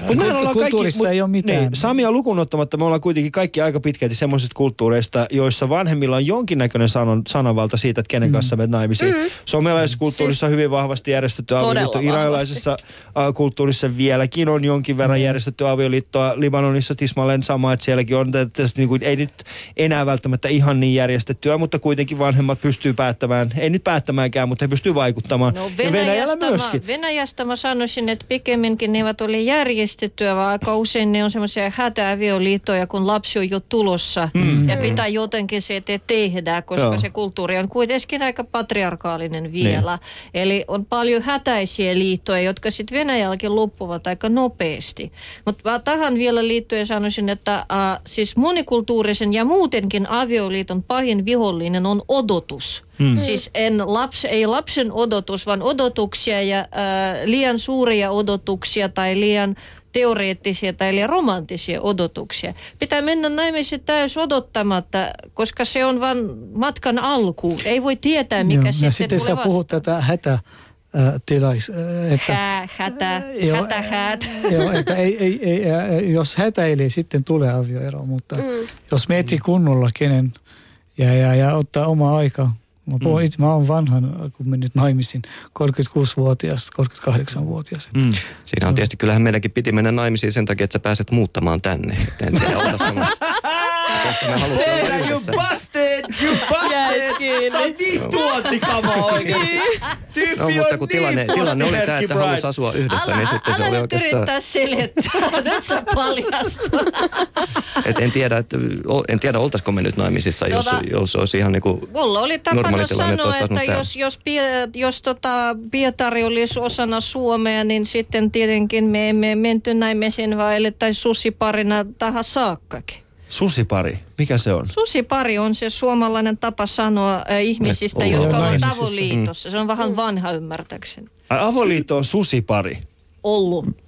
Kulttuurissa ei ole mitään. Niin, Samia lukuun ottamatta me ollaan kuitenkin kaikki aika pitkälti semmoisista kulttuureista, joissa vanhemmilla on jonkinnäköinen sananvalta siitä, että kenen kanssa menet naimisiin. Somelaisessa kulttuurissa on hyvin vahvasti järjestetty avioliitto. Iranilaisessa kulttuurissa vieläkin on jonkin verran järjestetty avioliittoa. Libanonissa tismalleen sama, että sielläkin on niin kuin, ei nyt enää välttämättä ihan niin järjestettyä, mutta kuitenkin vanhemmat pystyy päättämään, ei nyt päättämäänkään, mutta he pystyy vaikuttamaan. No, ja Venäjällä myöskin. Venäjästä mä sanoisin, että pikemminkin ne eivät ole järjestettyä, vaan aika usein ne on semmoisia hätäavioliittoja, kun lapsi on jo tulossa ja pitää jotenkin se tehdä, koska se kulttuuri on kuitenkin aika patriarkaalinen vielä. Eli on paljon hätäisiä liittoja, jotka sitten Venäjälläkin loppuvat aika nopeasti. Mutta tähän vielä liittyen sanoisin, että siis monikulttuurisen ja muutenkin avioliiton pahin vihollinen on odotus. Siis ei lapsen odotus, vaan odotuksia ja liian suuria odotuksia tai liian teoreettisia tai liian romanttisia odotuksia. Pitää mennä naimisiin täys odottamatta, koska se on vain matkan alku. Ei voi tietää, mikä sitten sitten tulee sä puhut tätä hätä. Joo, että jos hätäilee, sitten tulee avioero, mutta jos miettii kunnolla kenen ja ottaa oma aikaa. Mä oon vanhan, kun menin naimisiin, 36-vuotias, 38-vuotias. Siinä on tietysti, kyllähän meidänkin piti mennä naimisiin sen takia, että sä pääset muuttamaan tänne. En tiedä, You busted! Sä oot niin tuontikamaa oikein. Tyyppi no, mutta kun tilanne oli tämä, että halusi asua yhdessä, niin sitten se oli oikeastaan... Älä nyt yrittää selittää, nyt sä paljastut. En tiedä, oltaisiko me nyt naimisissa, jos olisi ihan niinku mulla oli tapana sanoa, että jos Pietari olisi osana Suomea, niin sitten tietenkin me emme menty naimisiin, vaan elettäisiin susiparina tähän saakkakin. Susipari? Mikä se on? Susipari on se suomalainen tapa sanoa ihmisistä, jotka ovat avoliitossa. Se on vähän vanha ymmärtääkseni. Avoliitto on susipari? Ollut.